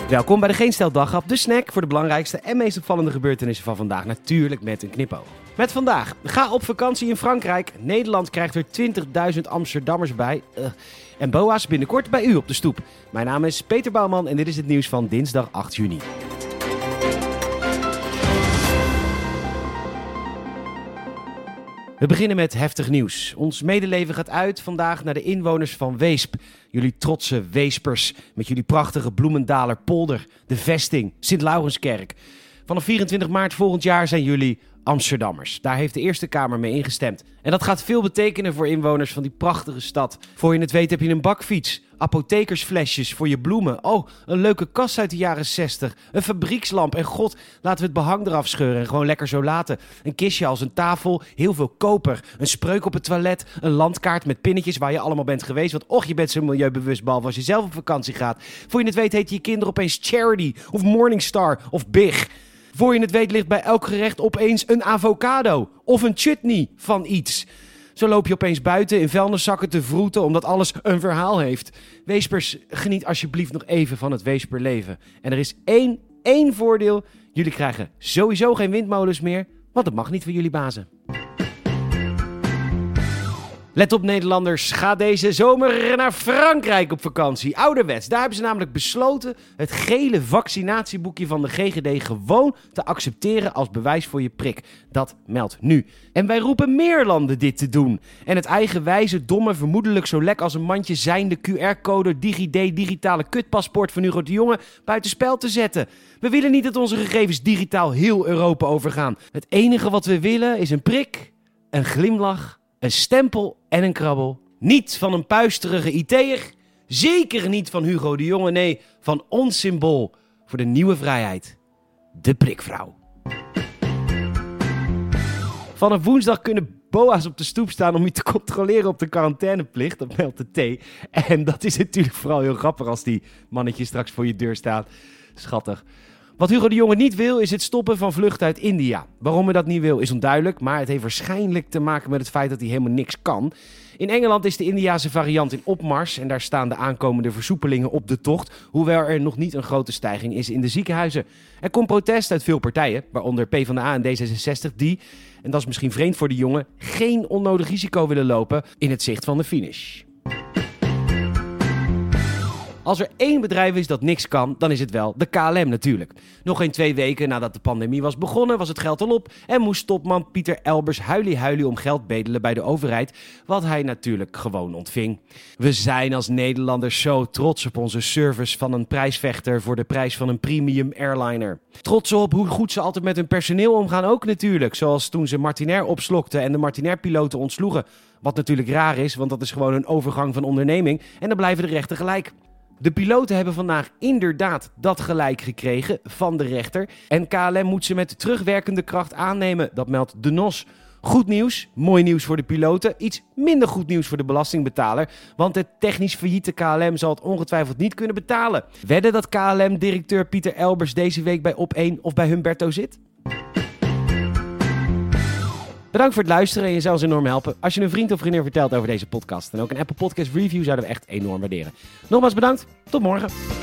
Welkom bij de Geen Stel Daghap, de snack voor de belangrijkste en meest opvallende gebeurtenissen van vandaag. Natuurlijk met een knipoog. Met vandaag, ga op vakantie in Frankrijk. Nederland krijgt er 20.000 Amsterdammers bij. En BOA's binnenkort bij u op de stoep. Mijn naam is Peter Bouwman en dit is het nieuws van dinsdag 8 juni. We beginnen met heftig nieuws. Ons medeleven gaat uit vandaag naar de inwoners van Weesp. Jullie trotse Weespers met jullie prachtige Bloemendaler polder, de vesting, Sint-Laurenskerk. Vanaf 24 maart volgend jaar zijn jullie Amsterdammers. Daar heeft de Eerste Kamer mee ingestemd. En dat gaat veel betekenen voor inwoners van die prachtige stad. Voor je het weet heb je een bakfiets, apothekersflesjes voor je bloemen. Oh, een leuke kast uit de jaren 60, een fabriekslamp. En god, laten we het behang eraf scheuren en gewoon lekker zo laten. Een kistje als een tafel, heel veel koper, een spreuk op het toilet, een landkaart met pinnetjes waar je allemaal bent geweest. Want och, je bent zo milieubewust behalve als je zelf op vakantie gaat. Voor je het weet heet je kinderen opeens Charity of Morningstar of Big. Voor je het weet ligt bij elk gerecht opeens een avocado of een chutney van iets. Zo loop je opeens buiten in vuilniszakken te vroeten omdat alles een verhaal heeft. Weespers, geniet alsjeblieft nog even van het Weesperleven. En er is één voordeel. Jullie krijgen sowieso geen windmolens meer, want dat mag niet van jullie bazen. Let op Nederlanders, ga deze zomer naar Frankrijk op vakantie. Ouderwets, daar hebben ze namelijk besloten het gele vaccinatieboekje van de GGD gewoon te accepteren als bewijs voor je prik. Dat meldt nu. En wij roepen meer landen dit te doen. En het eigenwijze, domme, vermoedelijk zo lek als een mandje zijnde QR-code, DigiD, digitale kutpaspoort van Hugo de Jonge buitenspel te zetten. We willen niet dat onze gegevens digitaal heel Europa overgaan. Het enige wat we willen is een prik, een glimlach, een stempel en een krabbel. Niet van een puisterige IT'er. Zeker niet van Hugo de Jonge. Nee, van ons symbool voor de nieuwe vrijheid. De prikvrouw. Vanaf woensdag kunnen BOA's op de stoep staan om je te controleren op de quarantaineplicht. Dat meldt de T. En dat is natuurlijk vooral heel grappig als die mannetjes straks voor je deur staan. Schattig. Wat Hugo de Jonge niet wil is het stoppen van vluchten uit India. Waarom hij dat niet wil is onduidelijk, maar het heeft waarschijnlijk te maken met het feit dat hij helemaal niks kan. In Engeland is de Indiase variant in opmars en daar staan de aankomende versoepelingen op de tocht, hoewel er nog niet een grote stijging is in de ziekenhuizen. Er komt protest uit veel partijen, waaronder PvdA en D66 die, en dat is misschien vreemd voor de jongen, geen onnodig risico willen lopen in het zicht van de finish. Als er één bedrijf is dat niks kan, dan is het wel de KLM natuurlijk. Nog geen 2 weken nadat de pandemie was begonnen, was het geld al op en moest topman Pieter Elbers huilie om geld bedelen bij de overheid, wat hij natuurlijk gewoon ontving. We zijn als Nederlanders zo trots op onze service van een prijsvechter voor de prijs van een premium airliner. Trots op hoe goed ze altijd met hun personeel omgaan ook natuurlijk, zoals toen ze Martinair opslokten en de Martinair-piloten ontsloegen. Wat natuurlijk raar is, want dat is gewoon een overgang van onderneming en dan blijven de rechten gelijk. De piloten hebben vandaag inderdaad dat gelijk gekregen van de rechter. En KLM moet ze met terugwerkende kracht aannemen, dat meldt de NOS. Goed nieuws, mooi nieuws voor de piloten, iets minder goed nieuws voor de belastingbetaler. Want de technisch failliete KLM zal het ongetwijfeld niet kunnen betalen. Wedden dat KLM-directeur Pieter Elbers deze week bij Op1 of bij Humberto zit? Bedankt voor het luisteren en je zou ons enorm helpen als je een vriend of vriendin vertelt over deze podcast. En ook een Apple Podcast review zouden we echt enorm waarderen. Nogmaals bedankt, tot morgen.